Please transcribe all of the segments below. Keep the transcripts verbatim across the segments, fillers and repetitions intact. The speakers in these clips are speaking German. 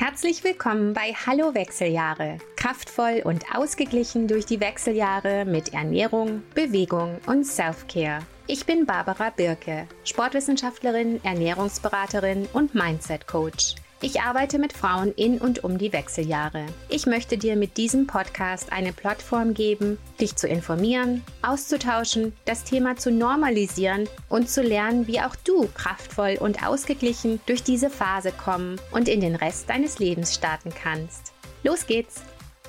Herzlich willkommen bei Hallo Wechseljahre. Kraftvoll und ausgeglichen durch die Wechseljahre mit Ernährung, Bewegung und Self-Care. Ich bin Barbara Birke, Sportwissenschaftlerin, Ernährungsberaterin und Mindset-Coach. Ich arbeite mit Frauen in und um die Wechseljahre. Ich möchte dir mit diesem Podcast eine Plattform geben, dich zu informieren, auszutauschen, das Thema zu normalisieren und zu lernen, wie auch du kraftvoll und ausgeglichen durch diese Phase kommen und in den Rest deines Lebens starten kannst. Los geht's!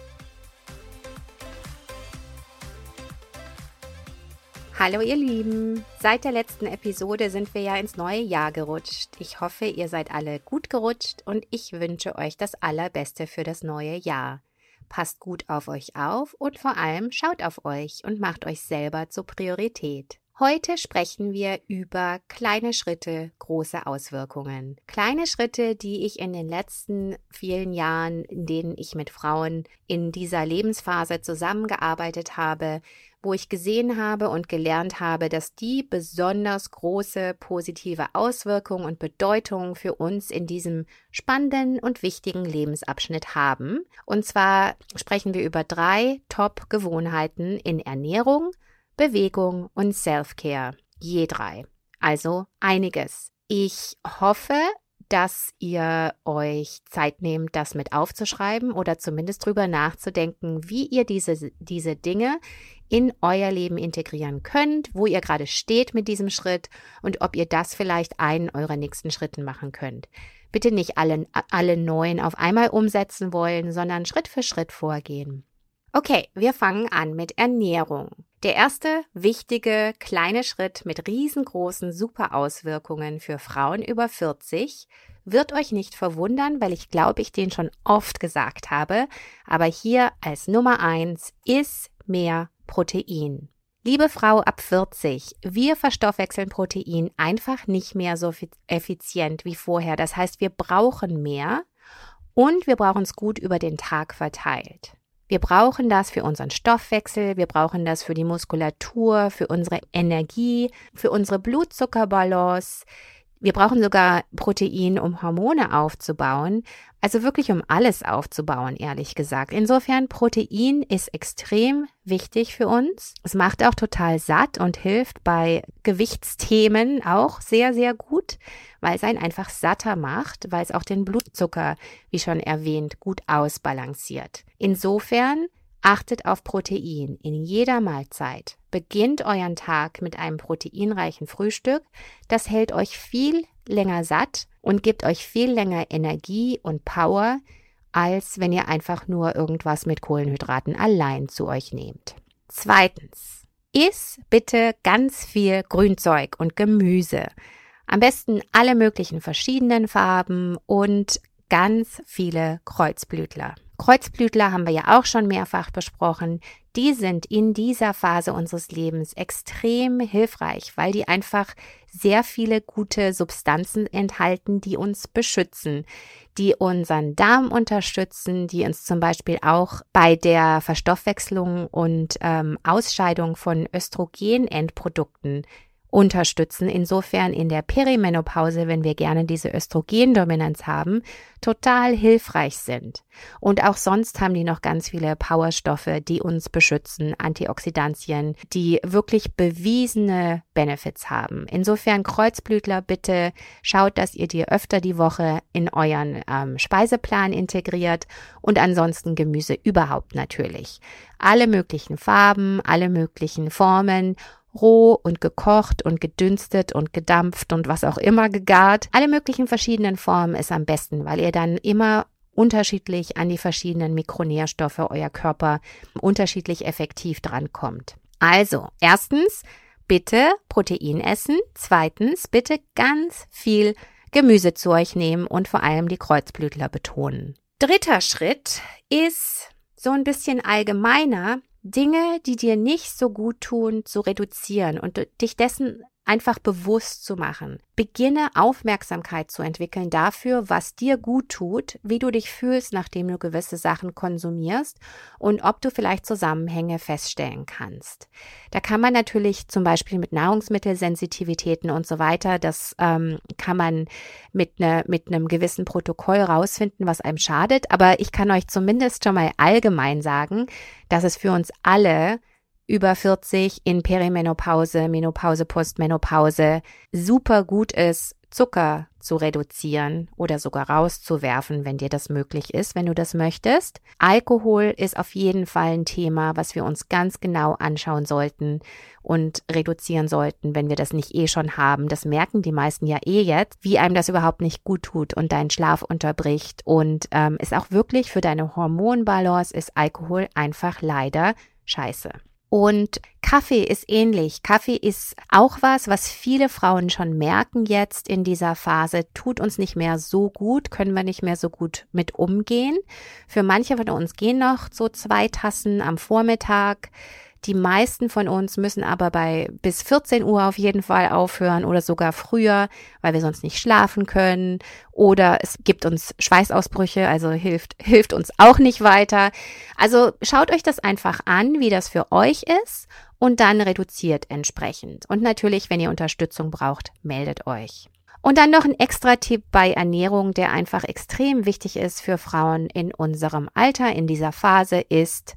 Hallo ihr Lieben, seit der letzten Episode sind wir ja ins neue Jahr gerutscht. Ich hoffe, ihr seid alle gut gerutscht und ich wünsche euch das Allerbeste für das neue Jahr. Passt gut auf euch auf und vor allem schaut auf euch und macht euch selber zur Priorität. Heute sprechen wir über kleine Schritte, große Auswirkungen. Kleine Schritte, die ich in den letzten vielen Jahren, in denen ich mit Frauen in dieser Lebensphase zusammengearbeitet habe, wo ich gesehen habe und gelernt habe, dass die besonders große positive Auswirkungen und Bedeutung für uns in diesem spannenden und wichtigen Lebensabschnitt haben. Und zwar sprechen wir über drei Top-Gewohnheiten in Ernährung, Bewegung und Self-Care. Je drei. Also einiges. Ich hoffe, dass ihr euch Zeit nehmt, das mit aufzuschreiben oder zumindest drüber nachzudenken, wie ihr diese, diese Dinge in euer Leben integrieren könnt, wo ihr gerade steht mit diesem Schritt und ob ihr das vielleicht einen eurer nächsten Schritten machen könnt. Bitte nicht alle, alle neun auf einmal umsetzen wollen, sondern Schritt für Schritt vorgehen. Okay, wir fangen an mit Ernährung. Der erste wichtige kleine Schritt mit riesengroßen super Auswirkungen für Frauen über vierzig wird euch nicht verwundern, weil ich glaube, ich den schon oft gesagt habe, aber hier als Nummer eins ist mehr Protein. Liebe Frau ab vierzig, wir verstoffwechseln Protein einfach nicht mehr so effizient wie vorher. Das heißt, wir brauchen mehr und wir brauchen es gut über den Tag verteilt. Wir brauchen das für unseren Stoffwechsel, wir brauchen das für die Muskulatur, für unsere Energie, für unsere Blutzuckerbalance. Wir brauchen sogar Protein, um Hormone aufzubauen, also wirklich um alles aufzubauen, ehrlich gesagt. Insofern, Protein ist extrem wichtig für uns. Es macht auch total satt und hilft bei Gewichtsthemen auch sehr, sehr gut, weil es einen einfach satter macht, weil es auch den Blutzucker, wie schon erwähnt, gut ausbalanciert. Insofern, achtet auf Protein in jeder Mahlzeit. Beginnt euren Tag mit einem proteinreichen Frühstück. Das hält euch viel länger satt und gibt euch viel länger Energie und Power, als wenn ihr einfach nur irgendwas mit Kohlenhydraten allein zu euch nehmt. Zweitens, iss bitte ganz viel Grünzeug und Gemüse. Am besten alle möglichen verschiedenen Farben und ganz viele Kreuzblütler. Kreuzblütler haben wir ja auch schon mehrfach besprochen. Die sind in dieser Phase unseres Lebens extrem hilfreich, weil die einfach sehr viele gute Substanzen enthalten, die uns beschützen, die unseren Darm unterstützen, die uns zum Beispiel auch bei der Verstoffwechslung und ähm, Ausscheidung von Östrogenendprodukten unterstützen. Insofern in der Perimenopause, wenn wir gerne diese Östrogendominanz haben, total hilfreich sind. Und auch sonst haben die noch ganz viele Powerstoffe, die uns beschützen, Antioxidantien, die wirklich bewiesene Benefits haben. Insofern Kreuzblütler, bitte schaut, dass ihr die öfter die Woche in euren ähm, Speiseplan integriert und ansonsten Gemüse überhaupt natürlich. Alle möglichen Farben, alle möglichen Formen, roh und gekocht und gedünstet und gedampft und was auch immer gegart. Alle möglichen verschiedenen Formen ist am besten, weil ihr dann immer unterschiedlich an die verschiedenen Mikronährstoffe euer Körper unterschiedlich effektiv drankommt. Also, erstens, bitte Protein essen. Zweitens, bitte ganz viel Gemüse zu euch nehmen und vor allem die Kreuzblütler betonen. Dritter Schritt ist so ein bisschen allgemeiner, Dinge, die dir nicht so gut tun, zu reduzieren und dich dessen einfach bewusst zu machen. Beginne Aufmerksamkeit zu entwickeln dafür, was dir gut tut, wie du dich fühlst, nachdem du gewisse Sachen konsumierst und ob du vielleicht Zusammenhänge feststellen kannst. Da kann man natürlich zum Beispiel mit Nahrungsmittelsensitivitäten und so weiter, das ähm, kann man mit, ne, mit einem gewissen Protokoll rausfinden, was einem schadet. Aber ich kann euch zumindest schon mal allgemein sagen, dass es für uns alle über vierzig in Perimenopause, Menopause, Postmenopause super gut ist, Zucker zu reduzieren oder sogar rauszuwerfen, wenn dir das möglich ist, wenn du das möchtest. Alkohol ist auf jeden Fall ein Thema, was wir uns ganz genau anschauen sollten und reduzieren sollten, wenn wir das nicht eh schon haben. Das merken die meisten ja eh jetzt, wie einem das überhaupt nicht gut tut und deinen Schlaf unterbricht. Und ähm, ist auch wirklich für deine Hormonbalance ist Alkohol einfach leider scheiße. Und Kaffee ist ähnlich. Kaffee ist auch was, was viele Frauen schon merken jetzt in dieser Phase, tut uns nicht mehr so gut, können wir nicht mehr so gut mit umgehen. Für manche von uns gehen noch so zwei Tassen am Vormittag. Die meisten von uns müssen aber bei bis vierzehn Uhr auf jeden Fall aufhören oder sogar früher, weil wir sonst nicht schlafen können. Oder es gibt uns Schweißausbrüche, also hilft, hilft uns auch nicht weiter. Also schaut euch das einfach an, wie das für euch ist und dann reduziert entsprechend. Und natürlich, wenn ihr Unterstützung braucht, meldet euch. Und dann noch ein extra Tipp bei Ernährung, der einfach extrem wichtig ist für Frauen in unserem Alter, in dieser Phase, ist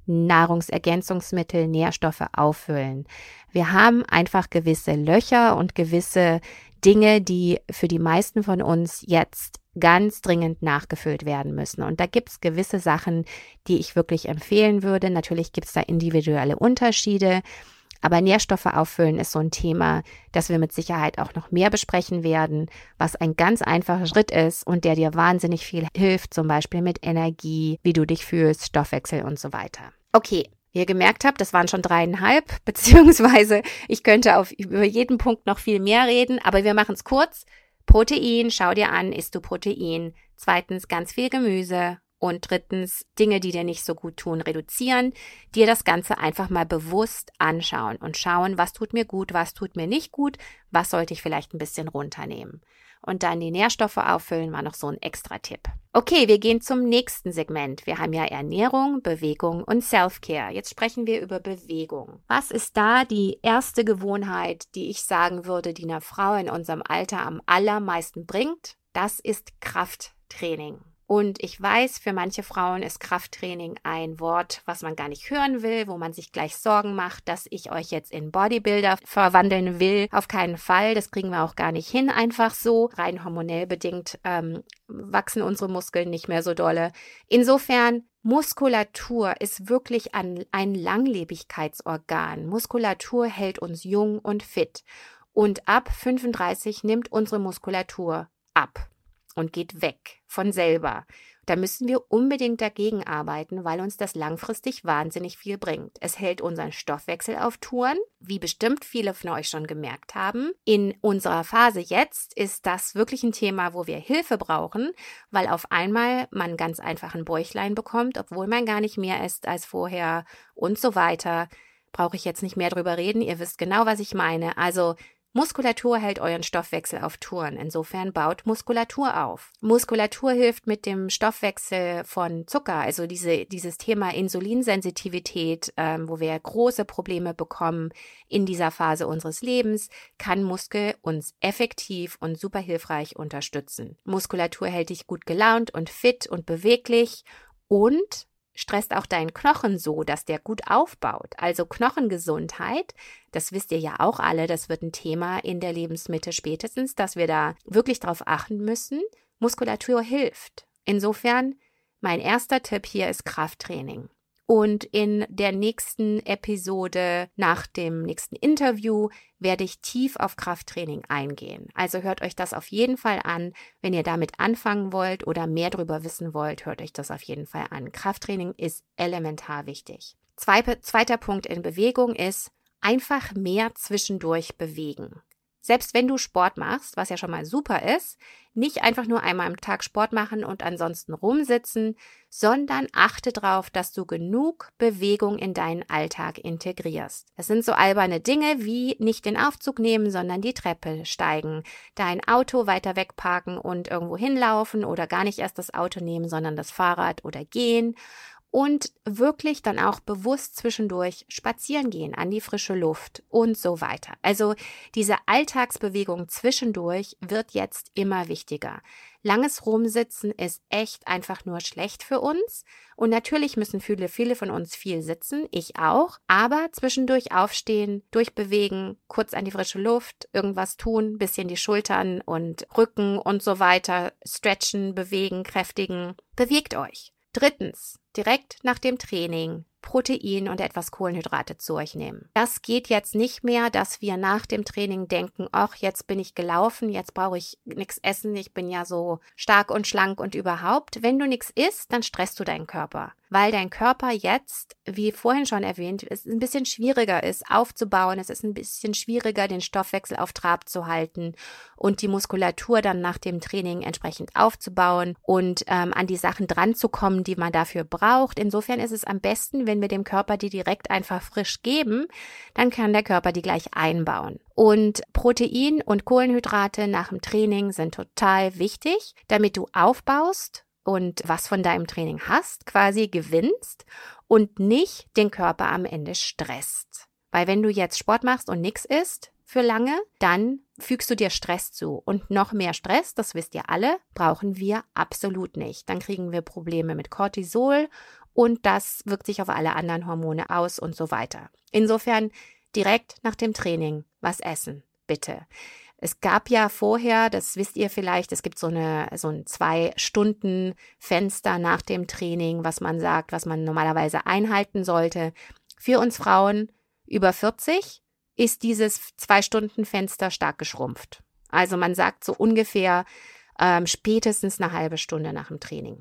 Nahrungsergänzungsmittel, Nährstoffe auffüllen. Wir haben einfach gewisse Löcher und gewisse Dinge, die für die meisten von uns jetzt ganz dringend nachgefüllt werden müssen. Und da gibt es gewisse Sachen, die ich wirklich empfehlen würde. Natürlich gibt es da individuelle Unterschiede, aber Nährstoffe auffüllen ist so ein Thema, das wir mit Sicherheit auch noch mehr besprechen werden, was ein ganz einfacher Schritt ist und der dir wahnsinnig viel hilft, zum Beispiel mit Energie, wie du dich fühlst, Stoffwechsel und so weiter. Okay, wie ihr gemerkt habt, das waren schon dreieinhalb, beziehungsweise ich könnte auf, über jeden Punkt noch viel mehr reden, aber wir machen es kurz. Protein, schau dir an, isst du Protein. Zweitens, ganz viel Gemüse. Und drittens, Dinge, die dir nicht so gut tun, reduzieren, dir das Ganze einfach mal bewusst anschauen und schauen, was tut mir gut, was tut mir nicht gut, was sollte ich vielleicht ein bisschen runternehmen. Und dann die Nährstoffe auffüllen war noch so ein extra Tipp. Okay, wir gehen zum nächsten Segment. Wir haben ja Ernährung, Bewegung und Self-Care. Jetzt sprechen wir über Bewegung. Was ist da die erste Gewohnheit, die ich sagen würde, die einer Frau in unserem Alter am allermeisten bringt? Das ist Krafttraining. Und ich weiß, für manche Frauen ist Krafttraining ein Wort, was man gar nicht hören will, wo man sich gleich Sorgen macht, dass ich euch jetzt in Bodybuilder verwandeln will. Auf keinen Fall, das kriegen wir auch gar nicht hin, einfach so. Rein hormonell bedingt ähm, wachsen unsere Muskeln nicht mehr so dolle. Insofern, Muskulatur ist wirklich ein, ein Langlebigkeitsorgan. Muskulatur hält uns jung und fit. Und ab fünfunddreißig nimmt unsere Muskulatur ab und geht weg von selber. Da müssen wir unbedingt dagegen arbeiten, weil uns das langfristig wahnsinnig viel bringt. Es hält unseren Stoffwechsel auf Touren, wie bestimmt viele von euch schon gemerkt haben. In unserer Phase jetzt ist das wirklich ein Thema, wo wir Hilfe brauchen, weil auf einmal man ganz einfach ein Bäuchlein bekommt, obwohl man gar nicht mehr isst als vorher und so weiter. Brauche ich jetzt nicht mehr drüber reden, ihr wisst genau, was ich meine. Also Muskulatur hält euren Stoffwechsel auf Touren. Insofern baut Muskulatur auf. Muskulatur hilft mit dem Stoffwechsel von Zucker, also diese, dieses Thema Insulinsensitivität, ähm, wo wir große Probleme bekommen in dieser Phase unseres Lebens, kann Muskel uns effektiv und super hilfreich unterstützen. Muskulatur hält dich gut gelaunt und fit und beweglich und stresst auch deinen Knochen so, dass der gut aufbaut. Also Knochengesundheit, das wisst ihr ja auch alle, das wird ein Thema in der Lebensmitte spätestens, dass wir da wirklich drauf achten müssen. Muskulatur hilft. Insofern, mein erster Tipp hier ist Krafttraining. Und in der nächsten Episode, nach dem nächsten Interview, werde ich tief auf Krafttraining eingehen. Also hört euch das auf jeden Fall an. Wenn ihr damit anfangen wollt oder mehr darüber wissen wollt, hört euch das auf jeden Fall an. Krafttraining ist elementar wichtig. Zwei, zweiter Punkt in Bewegung ist einfach mehr zwischendurch bewegen. selbst wenn du Sport machst, was ja schon mal super ist, nicht einfach nur einmal am Tag Sport machen und ansonsten rumsitzen, sondern achte darauf, dass du genug Bewegung in deinen Alltag integrierst. Das sind so alberne Dinge wie nicht den Aufzug nehmen, sondern die Treppe steigen, dein Auto weiter wegparken und irgendwo hinlaufen oder gar nicht erst das Auto nehmen, sondern das Fahrrad oder gehen. Und wirklich dann auch bewusst zwischendurch spazieren gehen, an die frische Luft und so weiter. Also diese Alltagsbewegung zwischendurch wird jetzt immer wichtiger. Langes Rumsitzen ist echt einfach nur schlecht für uns. Und natürlich müssen viele, viele von uns viel sitzen, ich auch. Aber zwischendurch aufstehen, durchbewegen, kurz an die frische Luft, irgendwas tun, bisschen die Schultern und Rücken und so weiter, stretchen, bewegen, kräftigen. Bewegt euch. Drittens, direkt nach dem Training Protein und etwas Kohlenhydrate zu euch nehmen. Das geht jetzt nicht mehr, dass wir nach dem Training denken, ach, jetzt bin ich gelaufen, jetzt brauche ich nichts essen, ich bin ja so stark und schlank und überhaupt. Wenn du nichts isst, dann stresst du deinen Körper, weil dein Körper jetzt, wie vorhin schon erwähnt, es ein bisschen schwieriger ist aufzubauen, es ist ein bisschen schwieriger, den Stoffwechsel auf Trab zu halten und die Muskulatur dann nach dem Training entsprechend aufzubauen und ähm, an die Sachen dran zu kommen, die man dafür braucht. Insofern ist es am besten, wenn wir dem Körper die direkt einfach frisch geben, dann kann der Körper die gleich einbauen. Und Protein und Kohlenhydrate nach dem Training sind total wichtig, damit du aufbaust und was von deinem Training hast, quasi gewinnst und nicht den Körper am Ende stresst. Weil wenn du jetzt Sport machst und nichts isst für lange, dann fügst du dir Stress zu. Und noch mehr Stress, das wisst ihr alle, brauchen wir absolut nicht. Dann kriegen wir Probleme mit Cortisol und das wirkt sich auf alle anderen Hormone aus und so weiter. Insofern direkt nach dem Training was essen, bitte. Es gab ja vorher, das wisst ihr vielleicht, es gibt so eine so ein zwei Stunden Fenster nach dem Training, was man sagt, was man normalerweise einhalten sollte. Für uns Frauen über vierzig ist dieses zwei Stunden Fenster stark geschrumpft. Also man sagt so ungefähr ähm, spätestens eine halbe Stunde nach dem Training.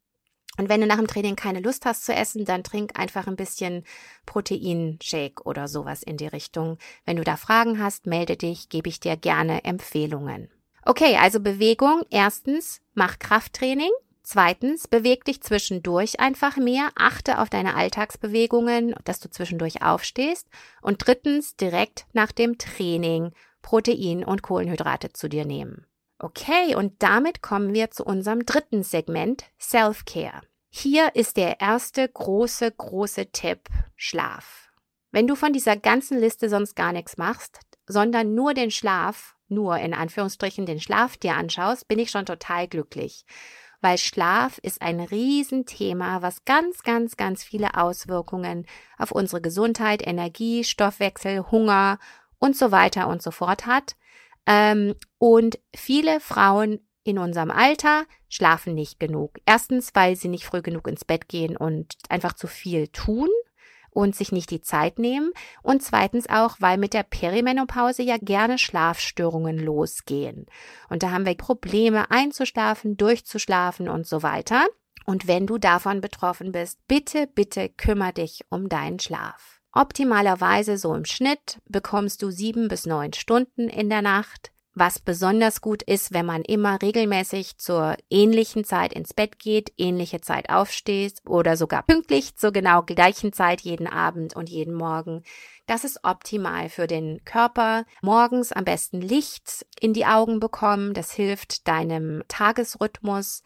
Und wenn du nach dem Training keine Lust hast zu essen, dann trink einfach ein bisschen Proteinshake oder sowas in die Richtung. Wenn du da Fragen hast, melde dich, gebe ich dir gerne Empfehlungen. Okay, also Bewegung. Erstens, mach Krafttraining. Zweitens, beweg dich zwischendurch einfach mehr. Achte auf deine Alltagsbewegungen, dass du zwischendurch aufstehst. Und drittens, direkt nach dem Training Protein und Kohlenhydrate zu dir nehmen. Okay, und damit kommen wir zu unserem dritten Segment, Self-Care. Hier ist der erste große, große Tipp, Schlaf. Wenn du von dieser ganzen Liste sonst gar nichts machst, sondern nur den Schlaf, nur in Anführungsstrichen den Schlaf dir anschaust, bin ich schon total glücklich. Weil Schlaf ist ein Riesenthema, was ganz, ganz, ganz viele Auswirkungen auf unsere Gesundheit, Energie, Stoffwechsel, Hunger und so weiter und so fort hat. Ähm, und viele Frauen in unserem Alter schlafen nicht genug. Erstens, weil sie nicht früh genug ins Bett gehen und einfach zu viel tun und sich nicht die Zeit nehmen. Und zweitens auch, weil mit der Perimenopause ja gerne Schlafstörungen losgehen. Und da haben wir Probleme einzuschlafen, durchzuschlafen und so weiter. Und wenn du davon betroffen bist, bitte, bitte kümmere dich um deinen Schlaf. Optimalerweise so im Schnitt bekommst du sieben bis neun Stunden in der Nacht. Was besonders gut ist, wenn man immer regelmäßig zur ähnlichen Zeit ins Bett geht, ähnliche Zeit aufstehst oder sogar pünktlich zur genau gleichen Zeit jeden Abend und jeden Morgen. Das ist optimal für den Körper. Morgens am besten Licht in die Augen bekommen. Das hilft deinem Tagesrhythmus.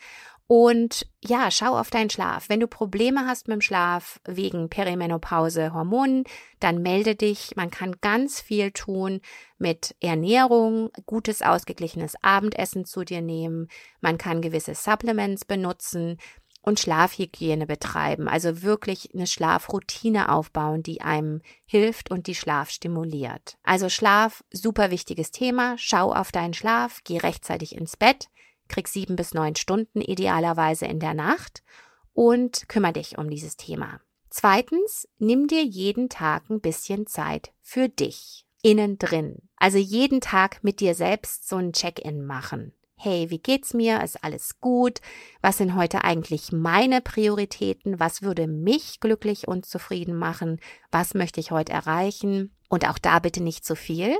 Und ja, schau auf deinen Schlaf. Wenn du Probleme hast mit dem Schlaf wegen Perimenopause, Hormonen, dann melde dich. Man kann ganz viel tun mit Ernährung, gutes, ausgeglichenes Abendessen zu dir nehmen. Man kann gewisse Supplements benutzen und Schlafhygiene betreiben. Also wirklich eine Schlafroutine aufbauen, die einem hilft und die Schlaf stimuliert. Also Schlaf, super wichtiges Thema. Schau auf deinen Schlaf, geh rechtzeitig ins Bett. Krieg sieben bis neun Stunden idealerweise in der Nacht und kümmere dich um dieses Thema. Zweitens, nimm dir jeden Tag ein bisschen Zeit für dich, innen drin. Also jeden Tag mit dir selbst so ein Check-in machen. Hey, wie geht's mir? Ist alles gut? Was sind heute eigentlich meine Prioritäten? Was würde mich glücklich und zufrieden machen? Was möchte ich heute erreichen? Und auch da bitte nicht zu viel.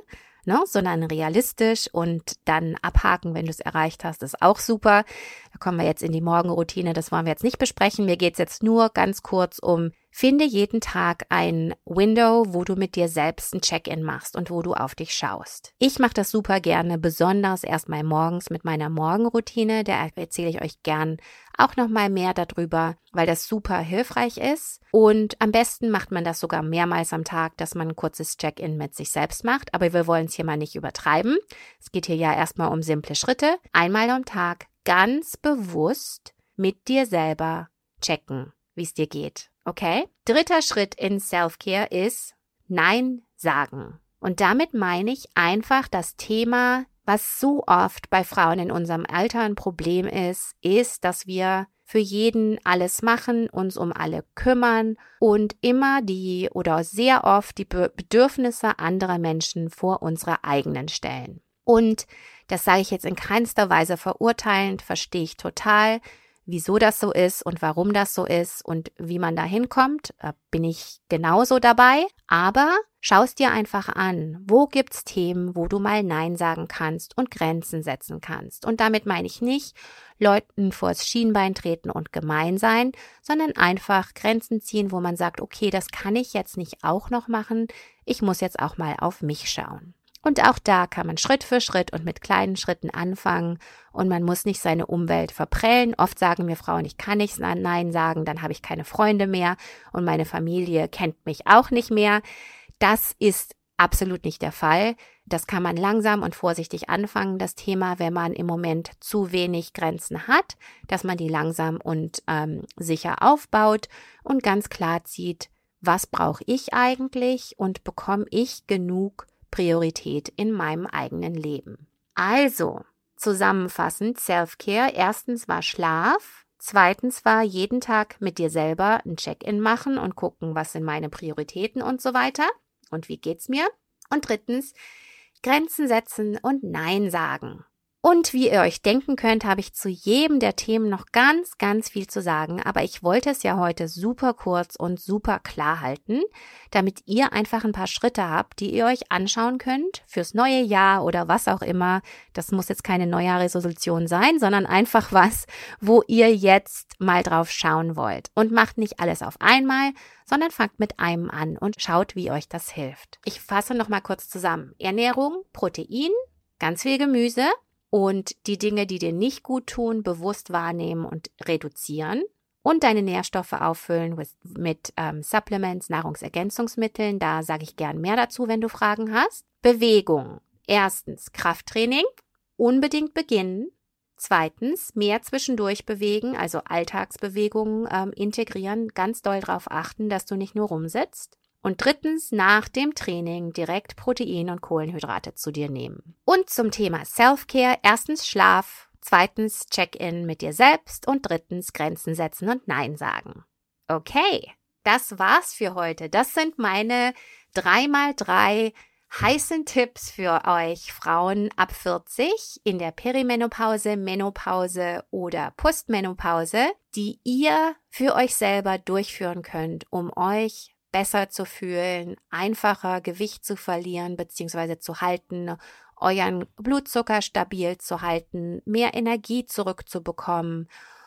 ne, sondern realistisch und dann abhaken, wenn du es erreicht hast, ist auch super. Da kommen wir jetzt in die Morgenroutine, das wollen wir jetzt nicht besprechen. Mir geht es jetzt nur ganz kurz um, finde jeden Tag ein Window, wo du mit dir selbst ein Check-in machst und wo du auf dich schaust. Ich mache das super gerne, besonders erstmal morgens mit meiner Morgenroutine. Da erzähle ich euch gern auch nochmal mehr darüber, weil das super hilfreich ist. Und am besten macht man das sogar mehrmals am Tag, dass man ein kurzes Check-in mit sich selbst macht. Aber wir wollen es hier mal nicht übertreiben. Es geht hier ja erstmal um simple Schritte. Einmal am Tag ganz bewusst mit dir selber checken, wie es dir geht. Okay? Dritter Schritt in Self-Care ist Nein sagen. Und damit meine ich einfach das Thema, was so oft bei Frauen in unserem Alter ein Problem ist, ist, dass wir für jeden alles machen, uns um alle kümmern und immer die oder sehr oft die Bedürfnisse anderer Menschen vor unsere eigenen stellen. Und das sage ich jetzt in keinster Weise verurteilend, verstehe ich total, wieso das so ist und warum das so ist und wie man da hinkommt, bin ich genauso dabei. Aber schau es dir einfach an. Wo gibt's Themen, wo du mal Nein sagen kannst und Grenzen setzen kannst? Und damit meine ich nicht Leuten vors Schienbein treten und gemein sein, sondern einfach Grenzen ziehen, wo man sagt, okay, das kann ich jetzt nicht auch noch machen. Ich muss jetzt auch mal auf mich schauen. Und auch da kann man Schritt für Schritt und mit kleinen Schritten anfangen und man muss nicht seine Umwelt verprellen. Oft sagen mir Frauen, ich kann nicht Nein sagen, dann habe ich keine Freunde mehr und meine Familie kennt mich auch nicht mehr. Das ist absolut nicht der Fall. Das kann man langsam und vorsichtig anfangen, das Thema, wenn man im Moment zu wenig Grenzen hat, dass man die langsam und ähm, sicher aufbaut und ganz klar zieht, was brauche ich eigentlich und bekomme ich genug Priorität in meinem eigenen Leben. Also, zusammenfassend, Self-Care, erstens war Schlaf, zweitens war jeden Tag mit dir selber ein Check-in machen und gucken, was sind meine Prioritäten und so weiter und wie geht's mir. Und drittens, Grenzen setzen und Nein sagen. Und wie ihr euch denken könnt, habe ich zu jedem der Themen noch ganz, ganz viel zu sagen, aber ich wollte es ja heute super kurz und super klar halten, damit ihr einfach ein paar Schritte habt, die ihr euch anschauen könnt fürs neue Jahr oder was auch immer. Das muss jetzt keine Neujahresresolution sein, sondern einfach was, wo ihr jetzt mal drauf schauen wollt. Und macht nicht alles auf einmal, sondern fangt mit einem an und schaut, wie euch das hilft. Ich fasse noch mal kurz zusammen. Ernährung, Protein, ganz viel Gemüse, und die Dinge, die dir nicht gut tun, bewusst wahrnehmen und reduzieren und deine Nährstoffe auffüllen mit, mit ähm, Supplements, Nahrungsergänzungsmitteln. Da sage ich gern mehr dazu, wenn du Fragen hast. Bewegung. Erstens Krafttraining, unbedingt beginnen. Zweitens mehr zwischendurch bewegen, also Alltagsbewegungen ähm, integrieren. Ganz doll darauf achten, dass du nicht nur rumsitzt. Und drittens, nach dem Training direkt Protein und Kohlenhydrate zu dir nehmen. Und zum Thema Self-Care, erstens Schlaf, zweitens Check-in mit dir selbst und drittens Grenzen setzen und Nein sagen. Okay, das war's für heute. Das sind meine drei mal drei heißen Tipps für euch Frauen ab vierzig in der Perimenopause, Menopause oder Postmenopause, die ihr für euch selber durchführen könnt, um euch besser zu fühlen, einfacher Gewicht zu verlieren bzw. zu halten, euren Blutzucker stabil zu halten, mehr Energie zurückzubekommen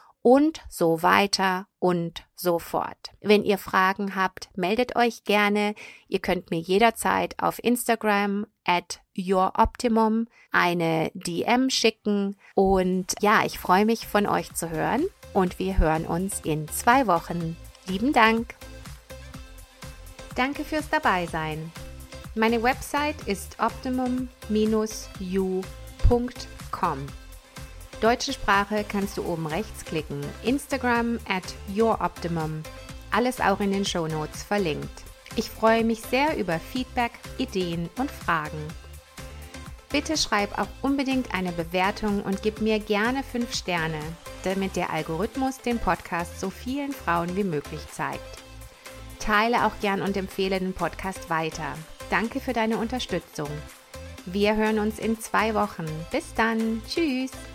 und so weiter und so fort. Wenn ihr Fragen habt, meldet euch gerne. Ihr könnt mir jederzeit auf Instagram at youroptimum eine D M schicken und ja, ich freue mich von euch zu hören und wir hören uns in zwei Wochen. Lieben Dank! Danke fürs Dabeisein. Meine Website ist optimum Bindestrich you Punkt com. Deutsche Sprache kannst du oben rechts klicken. Instagram at youroptimum. Alles auch in den Shownotes verlinkt. Ich freue mich sehr über Feedback, Ideen und Fragen. Bitte schreib auch unbedingt eine Bewertung und gib mir gerne fünf Sterne, damit der Algorithmus den Podcast so vielen Frauen wie möglich zeigt. Teile auch gern und empfehle den Podcast weiter. Danke für deine Unterstützung. Wir hören uns in zwei Wochen. Bis dann. Tschüss.